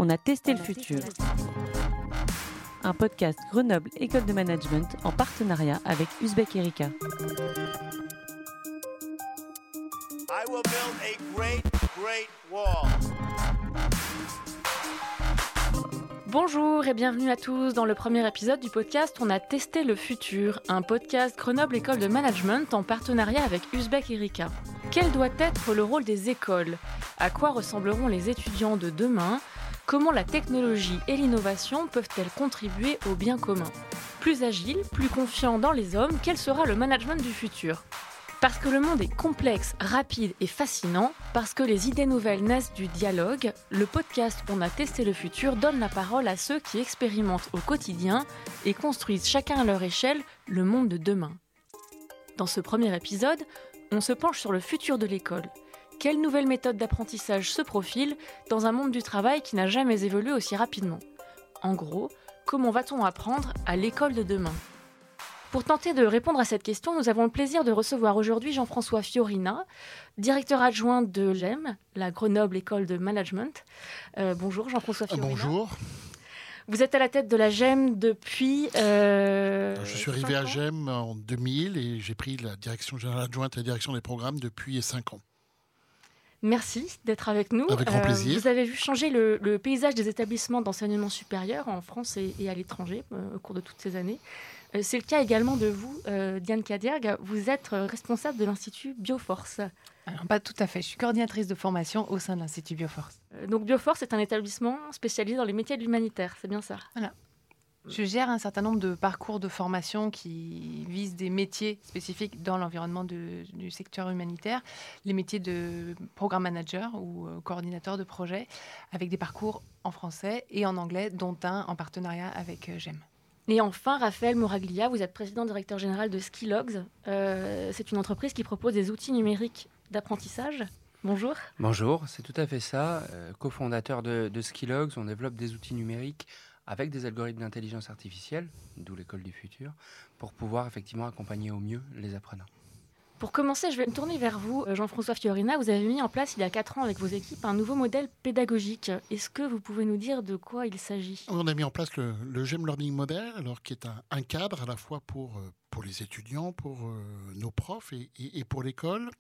on a testé le futur. Un podcast Grenoble École de Management en partenariat avec Uzbek Erika. I will build a great wall. Bonjour et bienvenue à tous dans le premier épisode du podcast On a testé le futur, un podcast Grenoble École de Management en partenariat avec Uzbek Erika. Quel doit être le rôle des écoles ? À quoi ressembleront les étudiants de demain ? Comment la technologie et l'innovation peuvent-elles contribuer au bien commun ? Plus agile, plus confiant dans les hommes, quel sera le management du futur ? Parce que le monde est complexe, rapide et fascinant, parce que les idées nouvelles naissent du dialogue, le podcast On a testé le futur donne la parole à ceux qui expérimentent au quotidien et construisent chacun à leur échelle le monde de demain. Dans ce premier épisode, on se penche sur le futur de l'école. Quelles nouvelles méthodes d'apprentissage se profilent dans un monde du travail qui n'a jamais évolué aussi rapidement ? En gros, comment va-t-on apprendre à l'école de demain ? Pour tenter de répondre à cette question, nous avons le plaisir de recevoir aujourd'hui Jean-François Fiorina, directeur adjoint de GEM, la Grenoble École de Management. Bonjour Jean-François Fiorina. Bonjour. Vous êtes à la tête de la GEM depuis... Je suis arrivé à GEM en 2000 et j'ai pris la direction générale adjointe et la direction des programmes depuis 5 ans. Merci d'être avec nous. Avec grand plaisir. Vous avez vu changer le paysage des établissements d'enseignement supérieur en France et à l'étranger au cours de toutes ces années. C'est le cas également de vous, Diane Cadiergue. Vous êtes responsable de l'Institut Bioforce. Alors, pas tout à fait. Je suis coordinatrice de formation au sein de l'Institut Bioforce. Donc Bioforce est un établissement spécialisé dans les métiers de l'humanitaire, c'est bien ça ? Voilà. Je gère un certain nombre de parcours de formation qui visent des métiers spécifiques dans l'environnement du secteur humanitaire, les métiers de programme manager ou coordinateur de projet, avec des parcours en français et en anglais, dont un en partenariat avec GEM. Et enfin, Raphaël Moraglia, vous êtes président directeur général de Skilogs. C'est une entreprise qui propose des outils numériques d'apprentissage. Bonjour. Bonjour, c'est tout à fait ça. Cofondateur de Skilogs, on développe des outils numériques avec des algorithmes d'intelligence artificielle, d'où l'école du futur, pour pouvoir effectivement accompagner au mieux les apprenants. Pour commencer, je vais me tourner vers vous, Jean-François Fiorina. Vous avez mis en place il y a 4 ans avec vos équipes un nouveau modèle pédagogique. Est-ce que vous pouvez nous dire de quoi il s'agit ? On a mis en place le GEM Learning Model, alors qui est un cadre à la fois pour les étudiants, pour nos profs et pour l'école.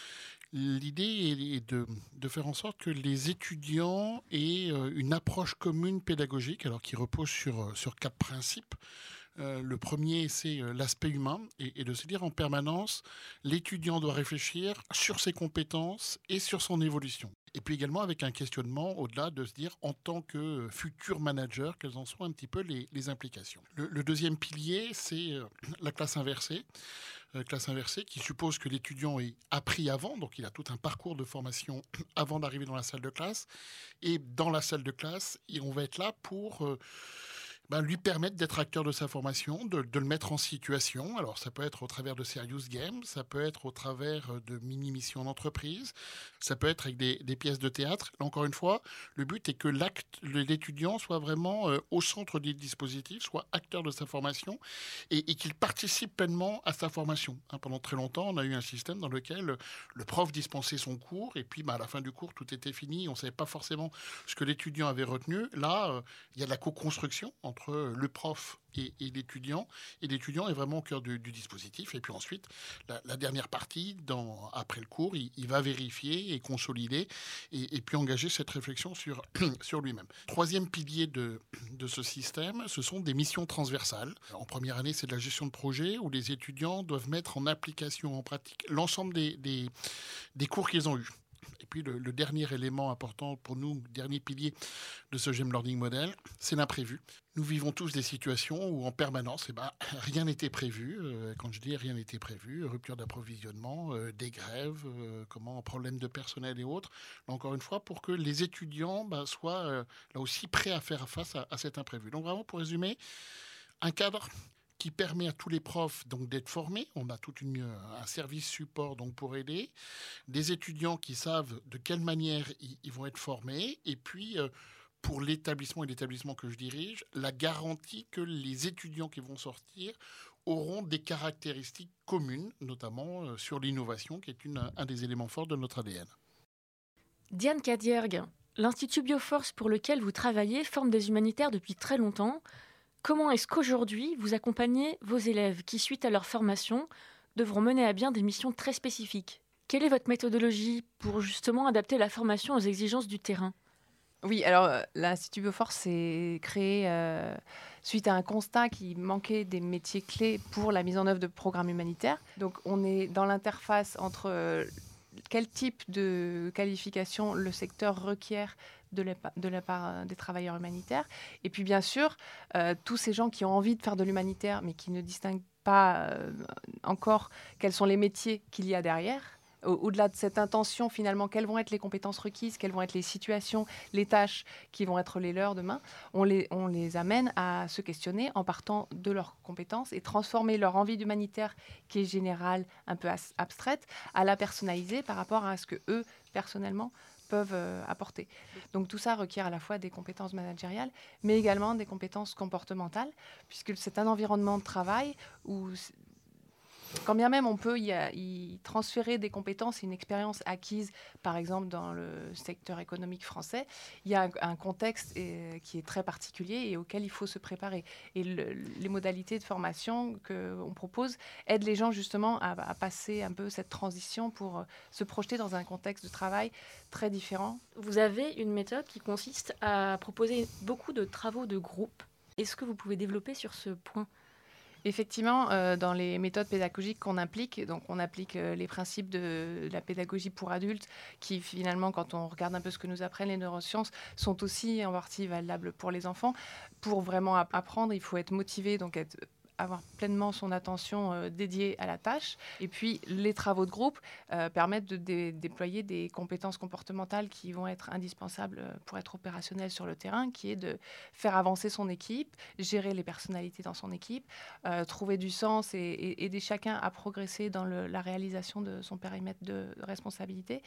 L'idée est de faire en sorte que les étudiants aient une approche commune pédagogique, alors qui repose sur 4 principes. Le premier, c'est l'aspect humain et de se dire en permanence, l'étudiant doit réfléchir sur ses compétences et sur son évolution. Et puis également avec un questionnement au-delà de se dire en tant que futur manager, quelles en sont un petit peu les implications. Le deuxième pilier, c'est la classe inversée. Classe inversée qui suppose que l'étudiant est appris avant, donc il a tout un parcours de formation avant d'arriver dans la salle de classe. Et dans la salle de classe, on va être là pour lui permettre d'être acteur de sa formation, de le mettre en situation. Alors ça peut être au travers de serious games, ça peut être au travers de mini-missions d'entreprise, ça peut être avec des pièces de théâtre. Là, encore une fois, le but est que l'étudiant soit vraiment au centre du dispositif, soit acteur de sa formation et qu'il participe pleinement à sa formation. Pendant très longtemps, on a eu un système dans lequel le prof dispensait son cours et puis à la fin du cours, tout était fini. On ne savait pas forcément ce que l'étudiant avait retenu. Là, il y a de la co-construction entre le prof et l'étudiant. Et l'étudiant est vraiment au cœur du dispositif. Et puis ensuite, la dernière partie, après le cours, il va vérifier et consolider et puis engager cette réflexion sur lui-même. Troisième pilier de ce système, ce sont des missions transversales. En première année, c'est de la gestion de projet où les étudiants doivent mettre en application, en pratique, l'ensemble des cours qu'ils ont eus. Et puis le dernier élément important pour nous, le dernier pilier de ce GEM Learning Model, c'est l'imprévu. Nous vivons tous des situations où en permanence, rien n'était prévu. Quand je dis rien n'était prévu, rupture d'approvisionnement, des grèves, problème de personnel et autres. Là, encore une fois, pour que les étudiants soient là aussi prêts à faire face à cet imprévu. Donc vraiment, pour résumer, un cadre qui permet à tous les profs donc d'être formés. On a tout un service support donc pour aider. Des étudiants qui savent de quelle manière ils vont être formés. Et puis, pour l'établissement et l'établissement que je dirige, la garantie que les étudiants qui vont sortir auront des caractéristiques communes, notamment sur l'innovation, qui est un des éléments forts de notre ADN. Diane Cadiergue, L'Institut Bioforce pour lequel vous travaillez forme des humanitaires depuis très longtemps. Comment est-ce qu'aujourd'hui vous accompagnez vos élèves qui, suite à leur formation, devront mener à bien des missions très spécifiques ? Quelle est votre méthodologie pour justement adapter la formation aux exigences du terrain ? Oui, alors l'Institut Bioforce s'est créé suite à un constat qu'il manquait des métiers clés pour la mise en œuvre de programmes humanitaires. Donc on est dans l'interface entre quel type de qualification le secteur requiert de la part des travailleurs humanitaires. Et puis bien sûr, tous ces gens qui ont envie de faire de l'humanitaire mais qui ne distinguent pas encore quels sont les métiers qu'il y a derrière. Au-delà de cette intention, finalement, quelles vont être les compétences requises, quelles vont être les situations, les tâches qui vont être les leurs demain, on les amène à se questionner en partant de leurs compétences et transformer leur envie d'humanitaire, qui est générale, un peu abstraite, à la personnaliser par rapport à ce que eux, personnellement, peuvent apporter. Donc tout ça requiert à la fois des compétences managériales, mais également des compétences comportementales, puisque c'est un environnement de travail où... Quand bien même on peut y transférer des compétences et une expérience acquise, par exemple dans le secteur économique français, il y a un contexte qui est très particulier et auquel il faut se préparer. Et les modalités de formation qu'on propose aident les gens justement à passer un peu cette transition pour se projeter dans un contexte de travail très différent. Vous avez une méthode qui consiste à proposer beaucoup de travaux de groupe. Est-ce que vous pouvez développer sur ce point ? Effectivement, dans les méthodes pédagogiques qu'on applique, donc on applique les principes de la pédagogie pour adultes qui finalement, quand on regarde un peu ce que nous apprennent les neurosciences, sont aussi en partie valables pour les enfants. Pour vraiment apprendre, il faut être motivé, donc avoir pleinement son attention dédiée à la tâche. Et puis, les travaux de groupe permettent de déployer des compétences comportementales qui vont être indispensables pour être opérationnelles sur le terrain, qui est de faire avancer son équipe, gérer les personnalités dans son équipe, trouver du sens et aider chacun à progresser dans la réalisation de son périmètre de responsabilité.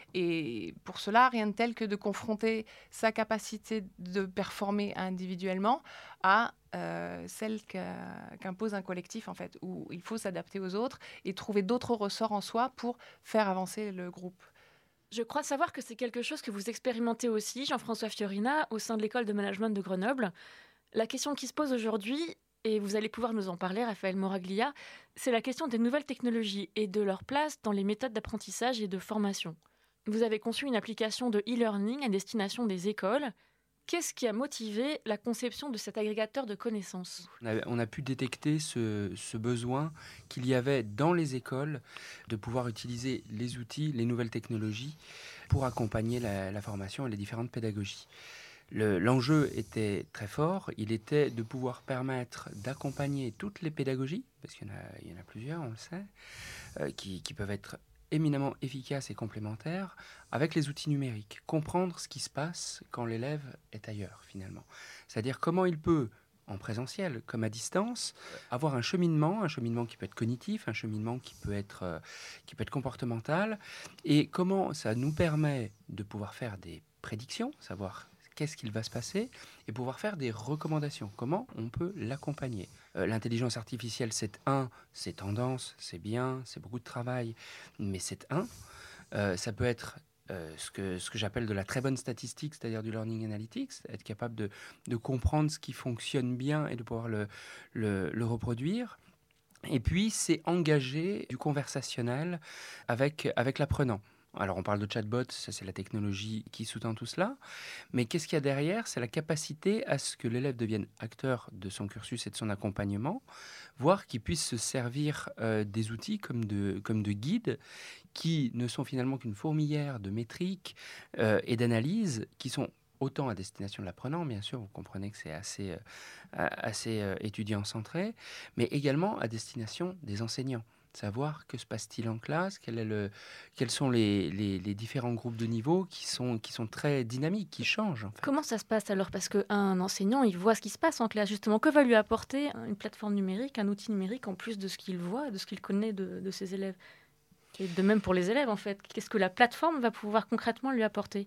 Et pour cela, rien de tel que de confronter sa capacité de performer individuellement à celle qu'impose un collectif, en fait, où il faut s'adapter aux autres et trouver d'autres ressorts en soi pour faire avancer le groupe. Je crois savoir que c'est quelque chose que vous expérimentez aussi, Jean-François Fiorina, au sein de l'école de management de Grenoble. La question qui se pose aujourd'hui, et vous allez pouvoir nous en parler, Raphaël Moraglia, c'est la question des nouvelles technologies et de leur place dans les méthodes d'apprentissage et de formation. Vous avez conçu une application de e-learning à destination des écoles. Qu'est-ce qui a motivé la conception de cet agrégateur de connaissances ? On a pu détecter ce besoin qu'il y avait dans les écoles de pouvoir utiliser les outils, les nouvelles technologies pour accompagner la formation et les différentes pédagogies. L'enjeu était très fort, il était de pouvoir permettre d'accompagner toutes les pédagogies, parce qu'il y en a plusieurs, on le sait, qui peuvent être éminemment efficaces et complémentaires avec les outils numériques. Comprendre ce qui se passe quand l'élève est ailleurs, finalement. C'est-à-dire comment il peut, en présentiel comme à distance, avoir un cheminement qui peut être cognitif, un cheminement qui peut être comportemental, et comment ça nous permet de pouvoir faire des prédictions, savoir qu'est-ce qu'il va se passer, et pouvoir faire des recommandations. Comment on peut l'accompagner. L'intelligence artificielle, c'est tendance, c'est bien, c'est beaucoup de travail, mais c'est ça peut être ce que j'appelle de la très bonne statistique, c'est-à-dire du learning analytics, être capable de comprendre ce qui fonctionne bien et de pouvoir le reproduire. Et puis, c'est engager du conversationnel avec l'apprenant. Alors, on parle de chatbot, ça c'est la technologie qui sous-tend tout cela. Mais qu'est-ce qu'il y a derrière ? C'est la capacité à ce que l'élève devienne acteur de son cursus et de son accompagnement, voire qu'il puisse se servir des outils comme de guides qui ne sont finalement qu'une fourmilière de métriques et d'analyses qui sont autant à destination de l'apprenant, bien sûr, vous comprenez que c'est assez étudiant-centré, mais également à destination des enseignants. Savoir que se passe-t-il en classe, quels sont les différents groupes de niveau qui sont très dynamiques, qui changent. En fait. Comment ça se passe alors ? Parce qu'un enseignant, il voit ce qui se passe en classe, justement. Que va lui apporter une plateforme numérique, un outil numérique, en plus de ce qu'il voit, de ce qu'il connaît de ses élèves ? Et de même pour les élèves, en fait. Qu'est-ce que la plateforme va pouvoir concrètement lui apporter ?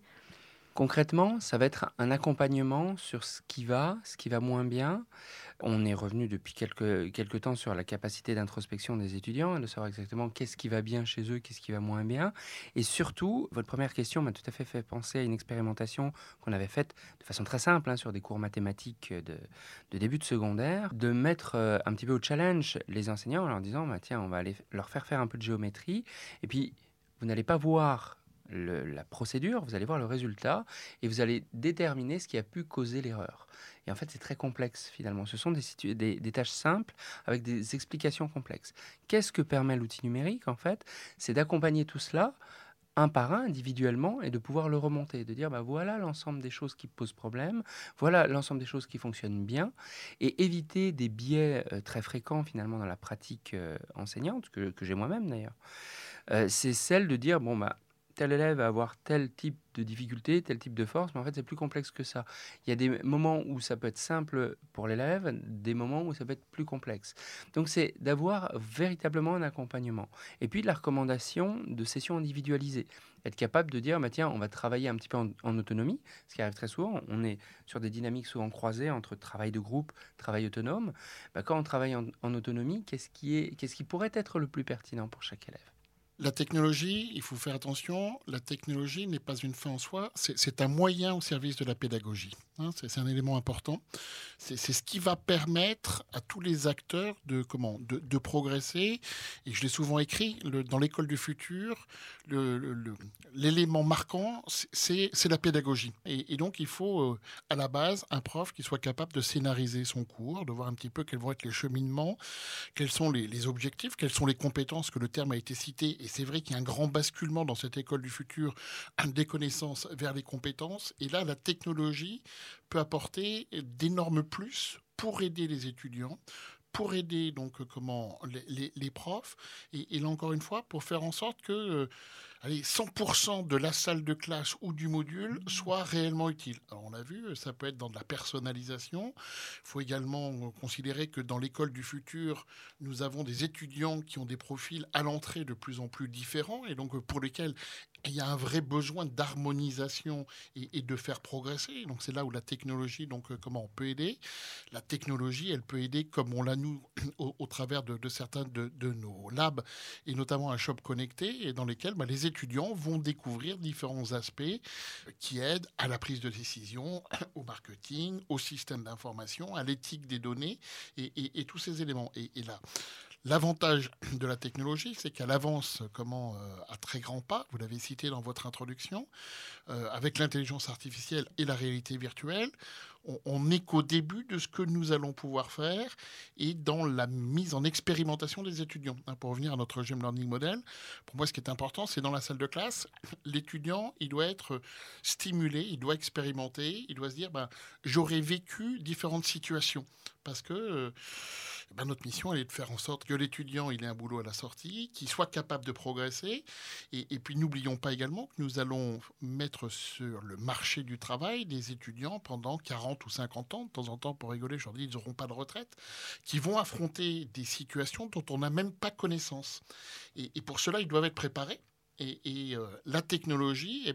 Concrètement, ça va être un accompagnement sur ce qui va moins bien. On est revenu depuis quelques temps sur la capacité d'introspection des étudiants, de savoir exactement qu'est-ce qui va bien chez eux, qu'est-ce qui va moins bien. Et surtout, votre première question m'a tout à fait penser à une expérimentation qu'on avait faite de façon très simple sur des cours mathématiques de début de secondaire, de mettre un petit peu au challenge les enseignants en leur disant tiens, on va aller leur faire un peu de géométrie, et puis vous n'allez pas voir la procédure, vous allez voir le résultat et vous allez déterminer ce qui a pu causer l'erreur. Et en fait, c'est très complexe finalement. Ce sont des tâches simples avec des explications complexes. Qu'est-ce que permet l'outil numérique en fait ? C'est d'accompagner tout cela un par un, individuellement, et de pouvoir le remonter, de dire voilà l'ensemble des choses qui posent problème, voilà l'ensemble des choses qui fonctionnent bien, et éviter des biais très fréquents finalement dans la pratique enseignante, que j'ai moi-même d'ailleurs. C'est celle de dire tel élève va avoir tel type de difficulté, tel type de force, mais en fait, c'est plus complexe que ça. Il y a des moments où ça peut être simple pour l'élève, des moments où ça peut être plus complexe. Donc, c'est d'avoir véritablement un accompagnement. Et puis, de la recommandation de sessions individualisées. Être capable de dire, tiens, on va travailler un petit peu en autonomie, ce qui arrive très souvent. On est sur des dynamiques souvent croisées entre travail de groupe, travail autonome. Quand on travaille en autonomie, qu'est-ce qui pourrait être le plus pertinent pour chaque élève ? La technologie, il faut faire attention, la technologie n'est pas une fin en soi, c'est un moyen au service de la pédagogie. C'est un élément important. C'est ce qui va permettre à tous les acteurs de progresser. Et je l'ai souvent écrit, dans l'école du futur, l'élément marquant, c'est la pédagogie. Et donc, il faut, à la base, un prof qui soit capable de scénariser son cours, de voir un petit peu quels vont être les cheminements, quels sont les objectifs, quelles sont les compétences, que le terme a été cité. Et c'est vrai qu'il y a un grand basculement dans cette école du futur, des connaissances vers les compétences. Et là, la technologie peut apporter d'énormes plus pour aider les étudiants, pour aider les profs, et là encore une fois, pour faire en sorte que 100% de la salle de classe ou du module soit réellement utile. Alors on l'a vu, ça peut être dans de la personnalisation. Il faut également considérer que dans l'école du futur, nous avons des étudiants qui ont des profils à l'entrée de plus en plus différents, et donc pour lesquels il y a un vrai besoin d'harmonisation et de faire progresser. Donc c'est là où la technologie, comment on peut aider. La technologie, elle peut aider, comme on l'a nous, au travers de certains de nos labs, et notamment un shop connecté, et dans lesquels les étudiants vont découvrir différents aspects qui aident à la prise de décision, au marketing, au système d'information, à l'éthique des données, et tous ces éléments. Et là, l'avantage de la technologie, c'est qu'elle avance à très grands pas, vous l'avez cité dans votre introduction, avec l'intelligence artificielle et la réalité virtuelle. On n'est qu'au début de ce que nous allons pouvoir faire et dans la mise en expérimentation des étudiants. Pour revenir à notre Gem Learning Model, pour moi, ce qui est important, c'est dans la salle de classe, l'étudiant, il doit être stimulé, il doit expérimenter, il doit se dire, j'aurais vécu différentes situations. Parce que notre mission, elle est de faire en sorte que l'étudiant, il ait un boulot à la sortie, qu'il soit capable de progresser. Et puis, n'oublions pas également que nous allons mettre sur le marché du travail des étudiants pendant 40 ou 50 ans. De temps en temps, pour rigoler, je leur dis, ils n'auront pas de retraite, qui vont affronter des situations dont on n'a même pas connaissance. Et pour cela, ils doivent être préparés. Et la technologie,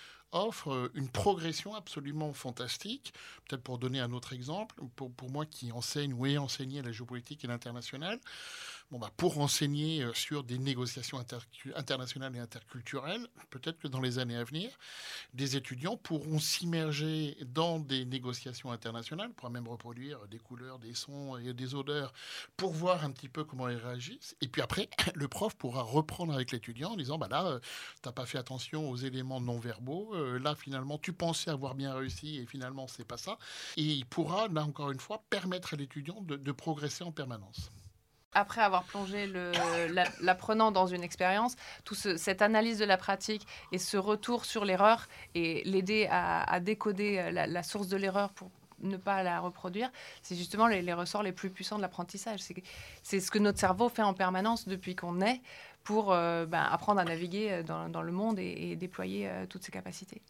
offre une progression absolument fantastique. Peut-être pour donner un autre exemple, pour moi qui enseigne ou ai enseigné la géopolitique et l'international, pour enseigner sur des négociations internationales et interculturelles, peut-être que dans les années à venir, des étudiants pourront s'immerger dans des négociations internationales, pourront même reproduire des couleurs, des sons et des odeurs pour voir un petit peu comment ils réagissent. Et puis après, le prof pourra reprendre avec l'étudiant en disant là, tu n'as pas fait attention aux éléments non verbaux, là finalement tu pensais avoir bien réussi et finalement c'est pas ça. Et il pourra, là encore une fois, permettre à l'étudiant de progresser en permanence. Après avoir plongé l'apprenant dans une expérience, cette analyse de la pratique et ce retour sur l'erreur et l'aider à décoder la source de l'erreur pour ne pas la reproduire, c'est justement les ressorts les plus puissants de l'apprentissage. C'est ce que notre cerveau fait en permanence depuis qu'on est pour apprendre à naviguer dans le monde et déployer toutes ses capacités.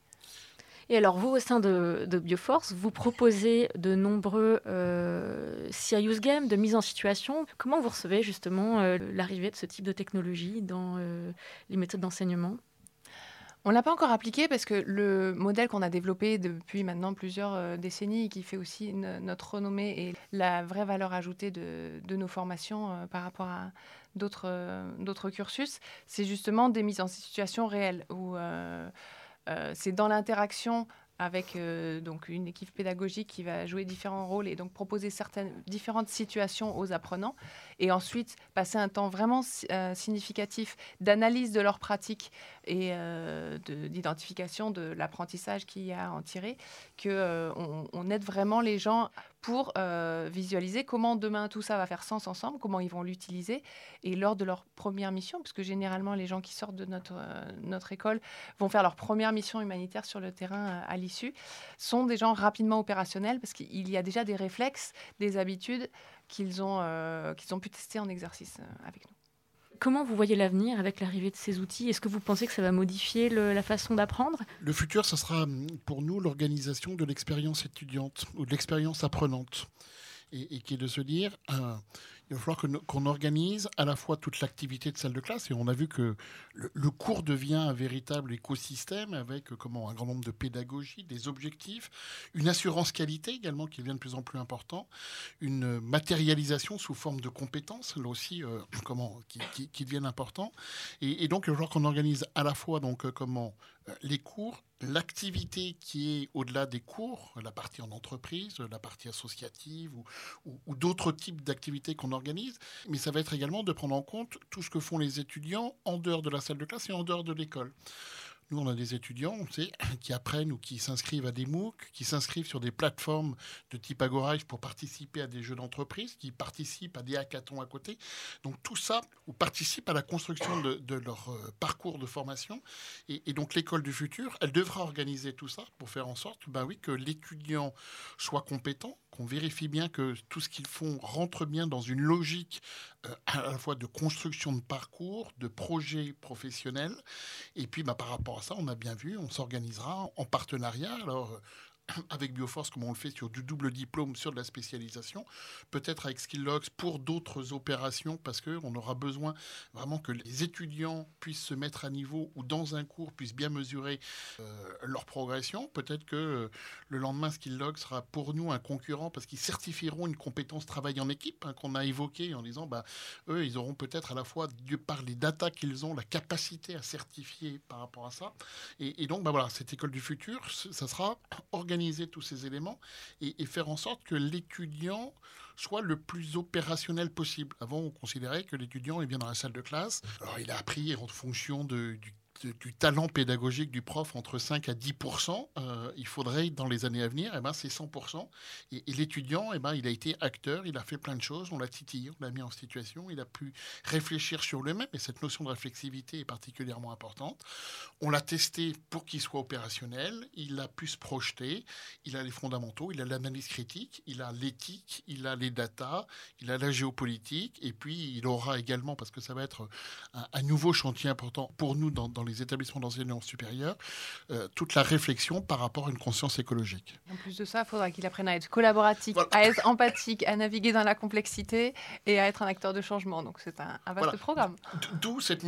Et alors, vous, au sein de Bioforce, vous proposez de nombreux serious games de mise en situation. Comment vous recevez justement l'arrivée de ce type de technologie dans les méthodes d'enseignement ? On ne l'a pas encore appliqué parce que le modèle qu'on a développé depuis maintenant plusieurs décennies, qui fait aussi notre renommée et la vraie valeur ajoutée de nos formations par rapport à d'autres cursus, c'est justement des mises en situation réelles où c'est dans l'interaction avec donc une équipe pédagogique qui va jouer différents rôles et donc proposer différentes situations aux apprenants et ensuite passer un temps vraiment significatif d'analyse de leurs pratiques et d'identification de l'apprentissage qu'il y a à en tirer, qu'on aide vraiment les gens pour visualiser comment demain tout ça va faire sens ensemble, comment ils vont l'utiliser. Et lors de leur première mission, puisque généralement les gens qui sortent de notre école vont faire leur première mission humanitaire sur le terrain à l'issue, sont des gens rapidement opérationnels parce qu'il y a déjà des réflexes, des habitudes qu'ils ont pu tester en exercice avec nous. Comment vous voyez l'avenir avec l'arrivée de ces outils ? Est-ce que vous pensez que ça va modifier la façon d'apprendre ? Le futur, ce sera pour nous l'organisation de l'expérience étudiante ou de l'expérience apprenante. Et qui est de se dire, il va falloir qu'on organise à la fois toute l'activité de salle de classe. Et on a vu que le cours devient un véritable écosystème avec un grand nombre de pédagogies, des objectifs, une assurance qualité également qui devient de plus en plus important, une matérialisation sous forme de compétences, là aussi, qui deviennent importants. Et donc, il va falloir qu'on organise à la fois les cours, l'activité qui est au-delà des cours, la partie en entreprise, la partie associative ou d'autres types d'activités qu'on organise. Mais ça va être également de prendre en compte tout ce que font les étudiants en dehors de la salle de classe et en dehors de l'école. Nous, on a des étudiants, qui apprennent ou qui s'inscrivent à des MOOC, qui s'inscrivent sur des plateformes de type Agorive pour participer à des jeux d'entreprise, qui participent à des hackathons à côté. Donc tout ça, ou participent à la construction de leur parcours de formation. Et donc l'école du futur, elle devra organiser tout ça pour faire en sorte que l'étudiant soit compétent, qu'on vérifie bien que tout ce qu'ils font rentre bien dans une logique à la fois de construction de parcours, de projet professionnel. Et puis par rapport à ça, on a bien vu, on s'organisera en partenariat. Alors, avec Bioforce, comme on le fait sur du double diplôme sur de la spécialisation, peut-être avec Skilllogs pour d'autres opérations, parce qu'on aura besoin vraiment que les étudiants puissent se mettre à niveau ou dans un cours puissent bien mesurer leur progression. Peut-être que le lendemain, Skilllogs sera pour nous un concurrent parce qu'ils certifieront une compétence travail en équipe qu'on a évoquée en disant eux, ils auront peut-être à la fois, par les datas qu'ils ont, la capacité à certifier par rapport à ça. Et donc, voilà, cette école du futur, ça sera organiser tous ces éléments et faire en sorte que l'étudiant soit le plus opérationnel possible. Avant, on considérait que l'étudiant est bien dans la salle de classe. Alors, il a appris en fonction du talent pédagogique du prof entre 5 à 10%, il faudrait, dans les années à venir, c'est 100%. Et l'étudiant, il a été acteur, il a fait plein de choses, on l'a titillé, on l'a mis en situation, il a pu réfléchir sur lui-même, et cette notion de réflexivité est particulièrement importante. On l'a testé pour qu'il soit opérationnel, il a pu se projeter, il a les fondamentaux, il a l'analyse critique, il a l'éthique, il a les datas, il a la géopolitique, et puis il aura également, parce que ça va être un nouveau chantier important pour nous dans les établissements d'enseignement supérieur, toute la réflexion par rapport à une conscience écologique. En plus de ça, il faudra qu'il apprenne à être collaboratif, à être empathique, à naviguer dans la complexité et à être un acteur de changement. Donc c'est un vaste programme. D'où cette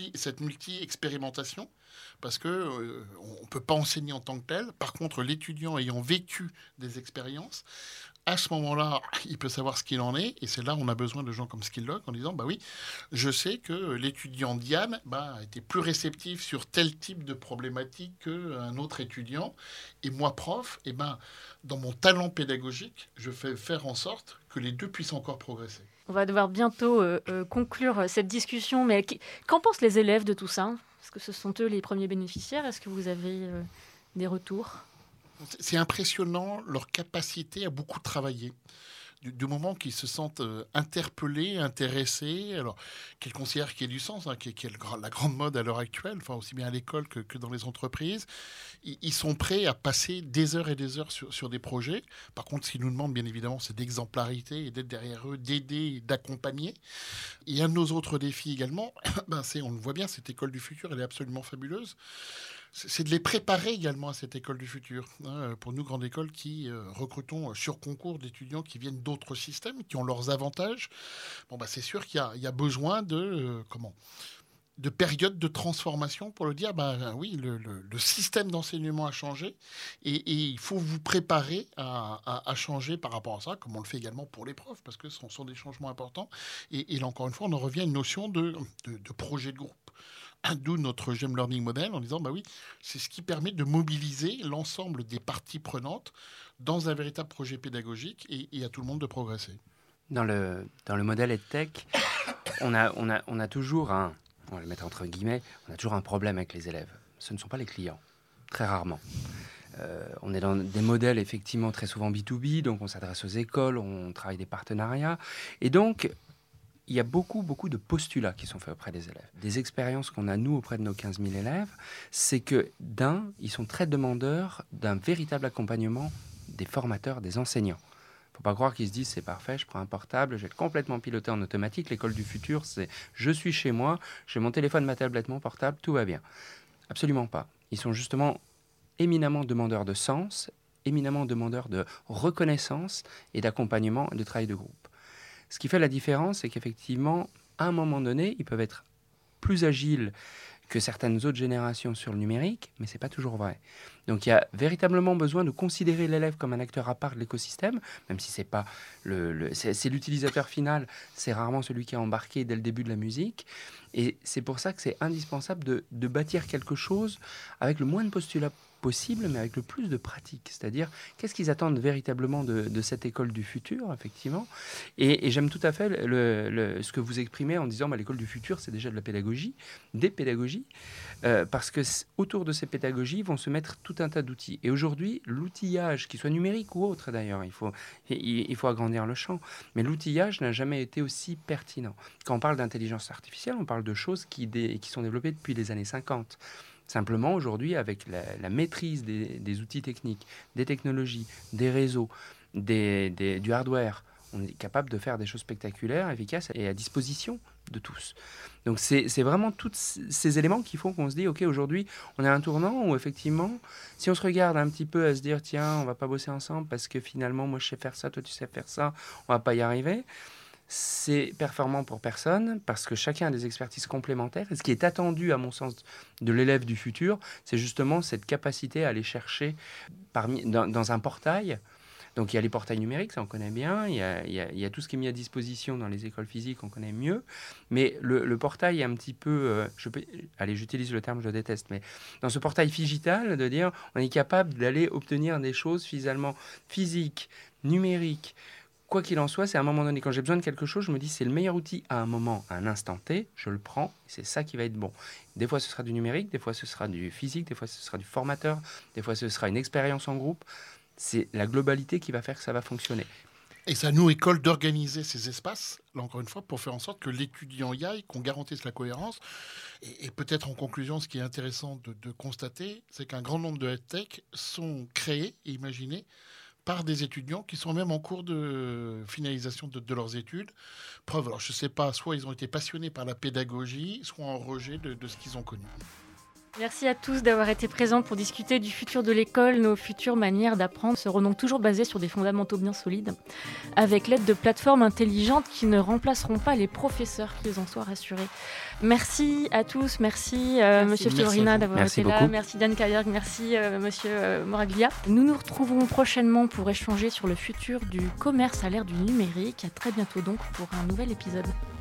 multi-expérimentation, parce qu'on ne peut pas enseigner en tant que tel. Par contre, l'étudiant ayant vécu des expériences, à ce moment-là, il peut savoir ce qu'il en est. Et c'est là où on a besoin de gens comme Skilllogs en disant, oui, je sais que l'étudiant Diane a été plus réceptif sur tel type de problématique qu'un autre étudiant. Et moi, prof, dans mon talent pédagogique, je fais faire en sorte que les deux puissent encore progresser. On va devoir bientôt conclure cette discussion. Mais qu'en pensent les élèves de tout ça ? Est-ce que ce sont eux les premiers bénéficiaires ? Est-ce que vous avez des retours ? C'est impressionnant leur capacité à beaucoup travailler. Du moment qu'ils se sentent interpellés, intéressés, alors qu'ils considèrent qu'il y a du sens, qui est la grande mode à l'heure actuelle, aussi bien à l'école que dans les entreprises, ils sont prêts à passer des heures et des heures sur des projets. Par contre, ce qu'ils nous demandent, bien évidemment, c'est d'exemplarité et d'être derrière eux, d'aider et d'accompagner. Et un de nos autres défis également, on le voit bien, cette école du futur, elle est absolument fabuleuse. C'est de les préparer également à cette école du futur. Pour nous, grande école, qui recrutons sur concours d'étudiants qui viennent d'autres systèmes, qui ont leurs avantages, c'est sûr qu'il y a besoin de période de transformation pour le dire, oui, le système d'enseignement a changé et il faut vous préparer à changer par rapport à ça, comme on le fait également pour les profs, parce que ce sont des changements importants. Et là, encore une fois, on en revient à une notion de projet de groupe. D'où notre GEM Learning Model, en disant, oui, c'est ce qui permet de mobiliser l'ensemble des parties prenantes dans un véritable projet pédagogique et à tout le monde de progresser. Dans le modèle EdTech, on a toujours on va le mettre entre guillemets, on a toujours un problème avec les élèves. Ce ne sont pas les clients, très rarement. On est dans des modèles effectivement très souvent B2B, donc on s'adresse aux écoles, on travaille des partenariats. Et donc, il y a beaucoup de postulats qui sont faits auprès des élèves. Des expériences qu'on a, nous, auprès de nos 15 000 élèves, c'est que, ils sont très demandeurs d'un véritable accompagnement des formateurs, des enseignants. Il ne faut pas croire qu'ils se disent c'est parfait, je prends un portable, je vais être complètement piloté en automatique. L'école du futur, c'est je suis chez moi, j'ai mon téléphone, ma tablette, mon portable, tout va bien. Absolument pas. Ils sont justement éminemment demandeurs de sens, éminemment demandeurs de reconnaissance et d'accompagnement et de travail de groupe. Ce qui fait la différence, c'est qu'effectivement, à un moment donné, ils peuvent être plus agiles que certaines autres générations sur le numérique, mais ce n'est pas toujours vrai. Donc il y a véritablement besoin de considérer l'élève comme un acteur à part de l'écosystème, même si c'est pas c'est l'utilisateur final, c'est rarement celui qui est embarqué dès le début de la musique. Et c'est pour ça que c'est indispensable de bâtir quelque chose avec le moins de postulats possible, mais avec le plus de pratique. C'est-à-dire, qu'est-ce qu'ils attendent véritablement de cette école du futur, effectivement. Et j'aime tout à fait ce que vous exprimez en disant l'école du futur, c'est déjà de la pédagogie, des pédagogies, parce que autour de ces pédagogies vont se mettre tout un tas d'outils. Et aujourd'hui, l'outillage, qu'il soit numérique ou autre d'ailleurs, il faut agrandir le champ, mais l'outillage n'a jamais été aussi pertinent. Quand on parle d'intelligence artificielle, on parle de choses qui sont développées depuis les années 50. Simplement, aujourd'hui, avec la maîtrise des outils techniques, des technologies, des réseaux, du hardware, on est capable de faire des choses spectaculaires, efficaces et à disposition de tous. Donc, c'est vraiment tous ces éléments qui font qu'on se dit, OK, aujourd'hui, on est à un tournant où, effectivement, si on se regarde un petit peu à se dire, tiens, on ne va pas bosser ensemble parce que finalement, moi, je sais faire ça, toi, tu sais faire ça, on ne va pas y arriver. C'est performant pour personne parce que chacun a des expertises complémentaires. Et ce qui est attendu, à mon sens, de l'élève du futur, c'est justement cette capacité à aller chercher dans un portail. Donc, il y a les portails numériques, ça on connaît bien. Il y a tout ce qui est mis à disposition dans les écoles physiques, on connaît mieux. Mais le portail est un petit peu... j'utilise le terme, je le déteste. Mais dans ce portail digital, de dire on est capable d'aller obtenir des choses finalement physiques, numériques. Quoi qu'il en soit, c'est à un moment donné, quand j'ai besoin de quelque chose, je me dis c'est le meilleur outil à un moment, à un instant T, je le prends, c'est ça qui va être bon. Des fois, ce sera du numérique, des fois, ce sera du physique, des fois, ce sera du formateur, des fois, ce sera une expérience en groupe. C'est la globalité qui va faire que ça va fonctionner. Et c'est à nous, écoles, d'organiser ces espaces, là encore une fois, pour faire en sorte que l'étudiant y aille, qu'on garantisse la cohérence. Et peut-être en conclusion, ce qui est intéressant de constater, c'est qu'un grand nombre de EdTech sont créés et imaginés par des étudiants qui sont même en cours de finalisation de leurs études. Preuve, alors je ne sais pas, soit ils ont été passionnés par la pédagogie, soit en rejet de ce qu'ils ont connu. Merci à tous d'avoir été présents pour discuter du futur de l'école. Nos futures manières d'apprendre seront donc toujours basées sur des fondamentaux bien solides, avec l'aide de plateformes intelligentes qui ne remplaceront pas les professeurs, qu'ils en soient rassurés. Merci à tous, merci Monsieur Fiorina d'avoir été là, merci Dan Kayerg, merci Monsieur Moraglia. Nous nous retrouverons prochainement pour échanger sur le futur du commerce à l'ère du numérique. À très bientôt donc pour un nouvel épisode.